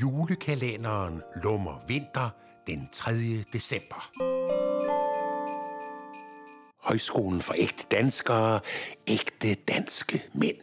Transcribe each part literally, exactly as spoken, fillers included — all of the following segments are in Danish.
Julekalenderen Lummer Vinter den tredje december. Højskolen for ægte danskere, ægte danske mænd.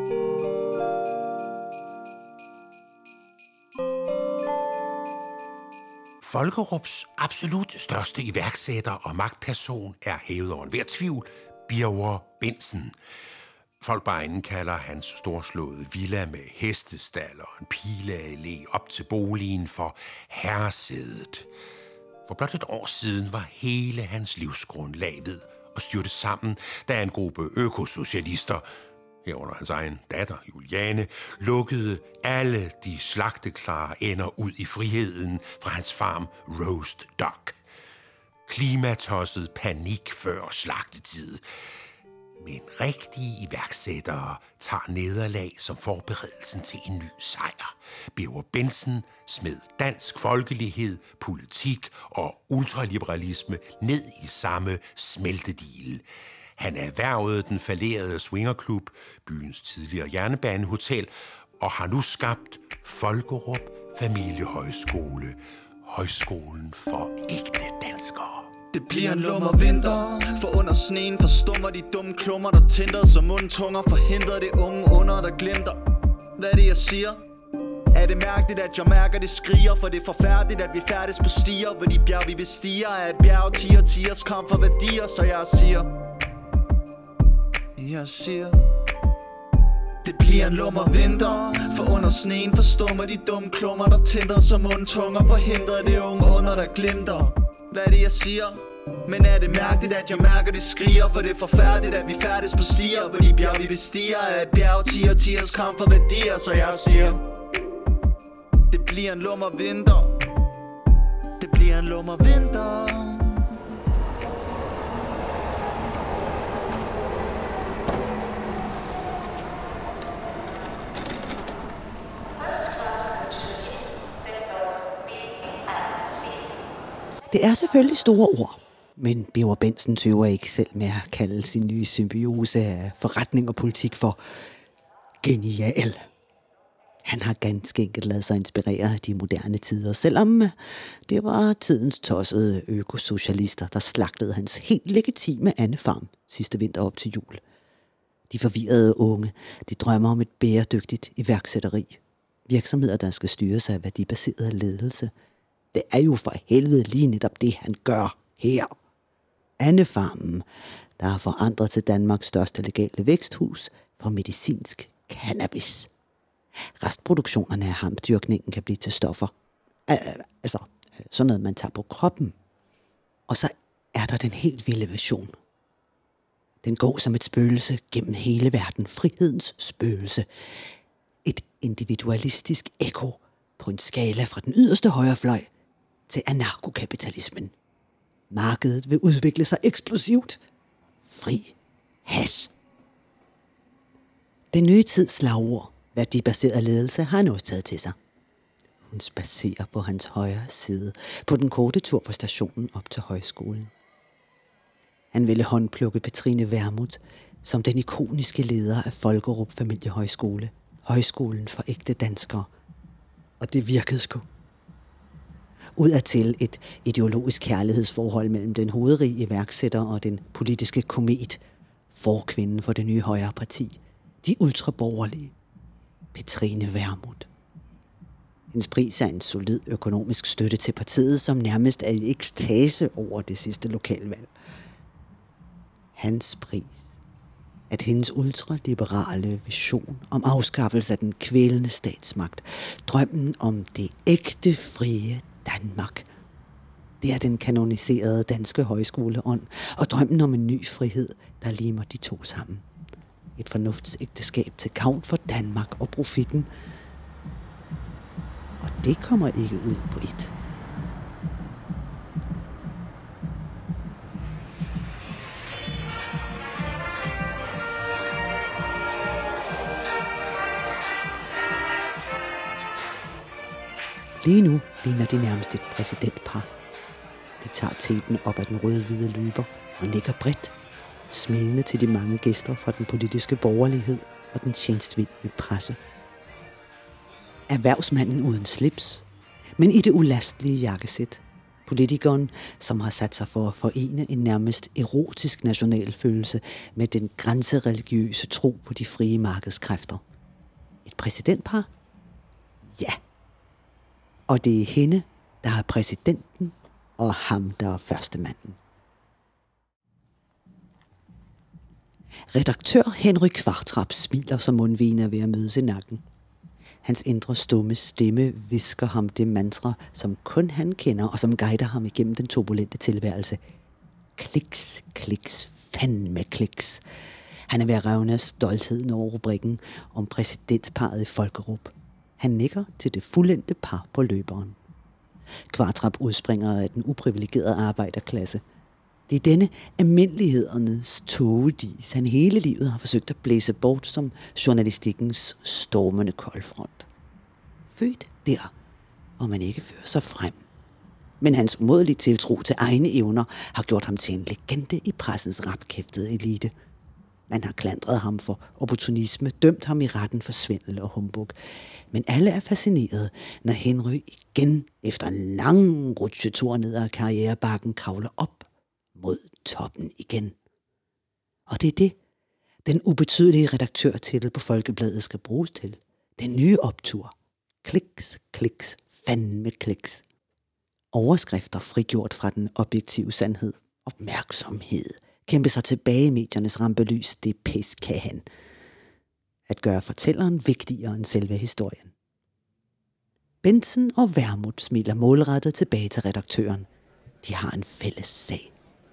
Folkerups absolut største iværksætter og magtperson er hævet over enhver tvivl, Birger Bendtsen. Folk bare inden kalder hans storslåede villa med hestestald og en pileallé op til boligen for herresædet. For blot et år siden var hele hans livsgrundlag ved at styrte sammen, da en gruppe økosocialister, herunder hans egen datter Juliane, lukkede alle de slagteklare ender ud i friheden fra hans farm Roast Duck. Klimatosset panik før slagtetid. Men rigtige iværksættere tager nederlag som forberedelsen til en ny sejr. Birger Bendtsen smed dansk folkelighed, politik og ultraliberalisme ned i samme smeltedigel. Han erhvervede den fallerede swingerklub, byens tidligere jernbanehotel, og har nu skabt Folkerup Familiehøjskole, højskolen for ægte danskere. Det bliver en lummer vinter, for under sneen forstummer de dumme klummer, der tænder som mundtunger, forhindrer det unge under, der glimter. Hvad er det jeg siger? Er det mærkeligt, at jeg mærker det skriger? For det er forfærdeligt, at vi færdes på stier, hvor de bjerg vi bestiger er et bjerg, tiger, tigers kamp for værdier. Så jeg siger, jeg siger, det bliver en lummer vinter, for under sneen forstummer de dumme klummer, der tænder som mundtunger, forhindrer det unge under, der glimter. Hvad er det jeg siger? Men er det mærkeligt, at jeg mærker det skriger? For det er forfærdeligt, at vi færdes på stier, hvor de bjerg vi bestiger er et bjerg, tiger, tigers kamp for værdier. Så jeg siger, det bliver en lummer vinter. Det bliver en lummer vinter. Det er selvfølgelig store ord, men Birger Bendtsen tøver ikke selv med at kalde sin nye symbiose af forretning og politik for genial. Han har ganske enkelt ladet sig inspirere af de moderne tider, selvom det var tidens tossede økosocialister, der slagtede hans helt legitime andefarm sidste vinter op til jul. De forvirrede unge, de drømmer om et bæredygtigt iværksætteri. Virksomheder, der skal styres af værdibaseret ledelse. Det er jo for helvede lige netop det, han gør her. Andefarmen, der har forandret til Danmarks største legale væksthus for medicinsk cannabis. Restproduktionerne af hampdyrkningen kan blive til stoffer. Altså, sådan noget, man tager på kroppen. Og så er der den helt vilde version. Den går som et spøgelse gennem hele verden. Frihedens spøgelse. Et individualistisk ekko på en skala fra den yderste højrefløj til anarkokapitalismen. Markedet vil udvikle sig eksplosivt. Fri hash. Den nye tids slagord, værdibaseret ledelse, har han også taget til sig. Hun spacerer på hans højre side på den korte tur fra stationen op til højskolen. Han ville håndplukke Petrine Vermut som den ikoniske leder af Folkerup Familiehøjskole, højskolen for ægte danskere. Og det virkede sgu. Udadtil et ideologisk kærlighedsforhold mellem den hovedrige iværksætter og den politiske komet, forkvinden for det nye højre parti, de ultraborgerlige, Petrine Vermut. Hendes pris er en solid økonomisk støtte til partiet, som nærmest er i ekstase over det sidste lokalvalg. Hans pris, at hendes ultraliberale vision om afskaffelse af den kvælende statsmagt, drømmen om det ægte, frie Danmark, det er den kanoniserede danske højskoleånd, og drømmen om en ny frihed, der limer de to sammen. Et fornuftsægteskab til gavn for Danmark og profitten. Og det kommer ikke ud på et. Lige nu ligner de nærmest et præsidentpar. De tager teten op ad den røde-hvide løber og nikker bredt, smilende til de mange gæster fra den politiske borgerlighed og den tjenstvillige presse. Erhvervsmanden uden slips, men i det ulastelige jakkesæt. Politikeren, som har sat sig for at forene en nærmest erotisk nationalfølelse med den grænsereligiøse tro på de frie markedskræfter. Et præsidentpar? Ja. Og det er hende, der er præsidenten, og ham, der er førstemanden. Redaktør Henry Qvartrup smiler, som mundvigende er ved at mødes i nakken. Hans indre stumme stemme visker ham det mantra, som kun han kender, og som guider ham igennem den turbulente tilværelse. Kliks, kliks, fandme kliks. Han er ved at revne af stoltheden over rubrikken om præsidentparret i Folkerup. Han nikker til det fuldendte par på løberen. Qvartrup udspringer af den uprivilegerede arbejderklasse. Det er denne almindelighedernes togedis, han hele livet har forsøgt at blæse bort som journalistikkens stormende koldfront. Født der, hvor man ikke fører sig frem. Men hans umådelige tiltro til egne evner har gjort ham til en legende i pressens rapkæftede elite. Man har klandret ham for opportunisme, dømt ham i retten for svindel og humbug. Men alle er fascineret, når Henry igen efter en lang rutsjetur ned ad karrierebakken kravler op mod toppen igen. Og det er det, den ubetydelige redaktørtitel på Folkebladet skal bruges til. Den nye optur. Kliks, kliks, fandme kliks. Overskrifter frigjort fra den objektive sandhed. Opmærksomhed. Kæmpe sig tilbage i mediernes rampelys. Det pis kan han. At gøre fortælleren vigtigere end selve historien. Bentsen og Vermut smiler målrettet tilbage til redaktøren. De har en fælles sag.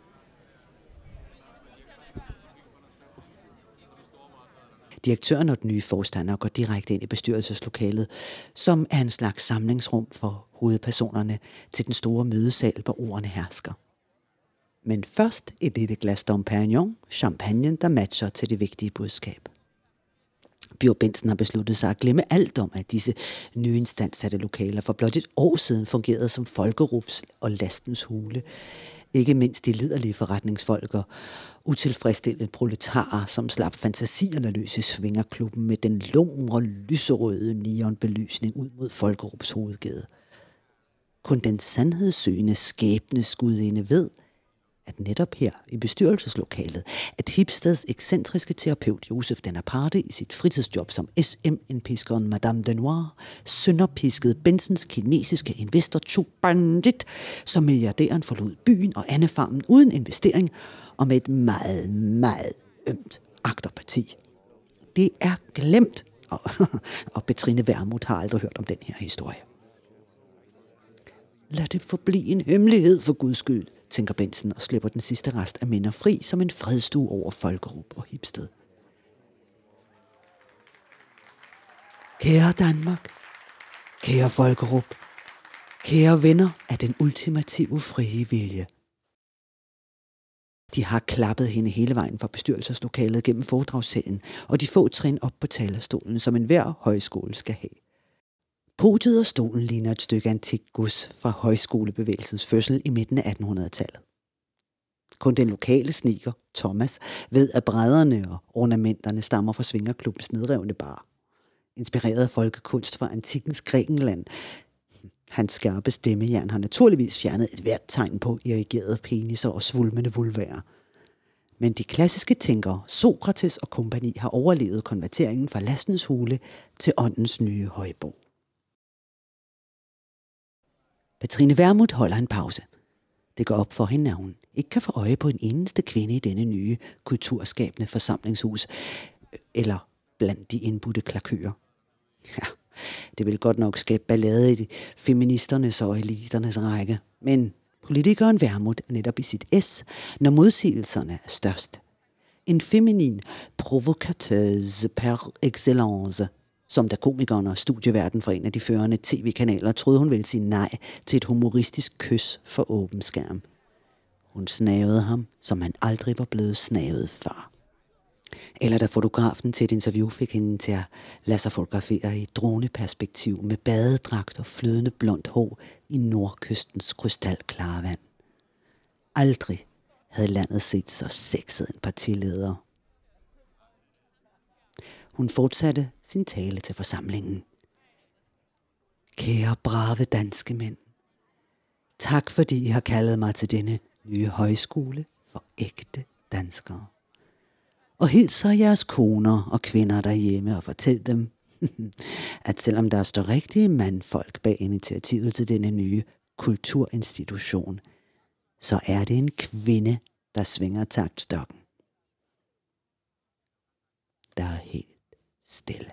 Direktøren og den nye forstander går direkte ind i bestyrelseslokalet, som er en slags samlingsrum for hovedpersonerne til den store mødesal, hvor ordene hersker. Men først et lille glas Dom Perignon, champagne, der matcher til det vigtige budskab. Bjørn Bensen har besluttet sig at glemme alt om, at disse nyinstandsatte lokaler for blot et år siden fungerede som Folkerups og lastens hule. Ikke mindst de liderlige forretningsfolk og utilfredsstillede proletarer, som slap fantasierne løs i svingerklubben med den lumre lyserøde neonbelysning ud mod Folkerups hovedgade. Kun den sandhedssøgende skæbnesgudinde ved, at netop her i bestyrelseslokalet, at Hipstads ekscentriske terapeut Josef Bonaparte i sit fritidsjob som S M N-piskeren Madame de Noir sønderpiskede Bensens kinesiske investor Chu Bandit, som milliardæren forlod byen og andefarmen uden investering og med et meget, meget ømt agterparti. Det er glemt, og, og Betrine Vermut har aldrig hørt om den her historie. Lad det forblive en hemmelighed for Guds skyld, tænker Bensen og slipper den sidste rest af minder fri som en fredstue over Folkerup og Hipsted. Kære Danmark, kære Folkerup, kære venner af den ultimative frie vilje. De har klappet hende hele vejen fra bestyrelseslokalet gennem foredragssalen og de få trin op på talerstolen, som enhver højskole skal have. Podiet og stolen ligner et stykke antik gods fra højskolebevægelsens fødsel i midten af attenhundredetallet. Kun den lokale sniker, Thomas, ved at brædderne og ornamenterne stammer fra svingerklubbens nedrevne bar. Inspireret af folkekunst fra antikkens Grækenland. Hans skarpe stemmejern har naturligvis fjernet et hvert tegn på erigerede peniser og svulmende vulværer. Men de klassiske tænkere, Sokrates og kompagni, har overlevet konverteringen fra lastens hule til åndens nye højborg. Betrine Vermut holder en pause. Det går op for hende, at hun ikke kan få øje på en eneste kvinde i denne nye kulturskabende forsamlingshus, eller blandt de indbudte klakører. Ja, det vil godt nok skabe ballade i de feministernes og eliternes række, men politikeren Vermut er netop i sit S, når modsigelserne er størst. En feminin provocateuse par excellence, som da komikeren og studieverden for en af de førende tv-kanaler troede hun ville sige nej til et humoristisk kys for åben skærm. Hun snavede ham, som han aldrig var blevet snavet før. Eller da fotografen til et interview fik hende til at lade sig fotografere i droneperspektiv med badedragt og flydende blondt hår i nordkystens krystalklare vand. Aldrig havde landet set så sexet en partileder. Hun fortsatte sin tale til forsamlingen. Kære brave danske mænd. Tak fordi I har kaldet mig til denne nye højskole for ægte danskere. Og hilser jeres koner og kvinder derhjemme og fortæl dem, at selvom der står rigtige mandfolk bag initiativet til denne nye kulturinstitution, så er det en kvinde, der svinger taktstokken. Der er helt stille.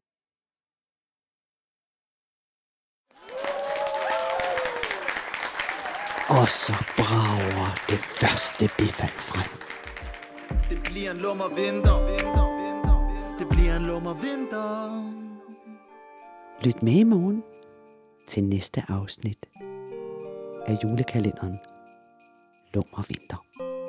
Og så brager det første bifald frem. Det bliver en lummer vinter. Det bliver en lummer vinter. Lyt med i morgen til næste afsnit af julekalenderen Lummer Vinter.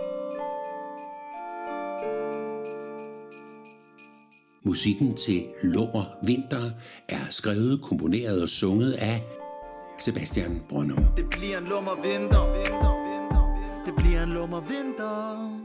Musikken til Lummer Vinter er skrevet, komponeret og sunget af Sebastian Brøndum. Det bliver en lummer vinter. Det bliver en lummer vinter.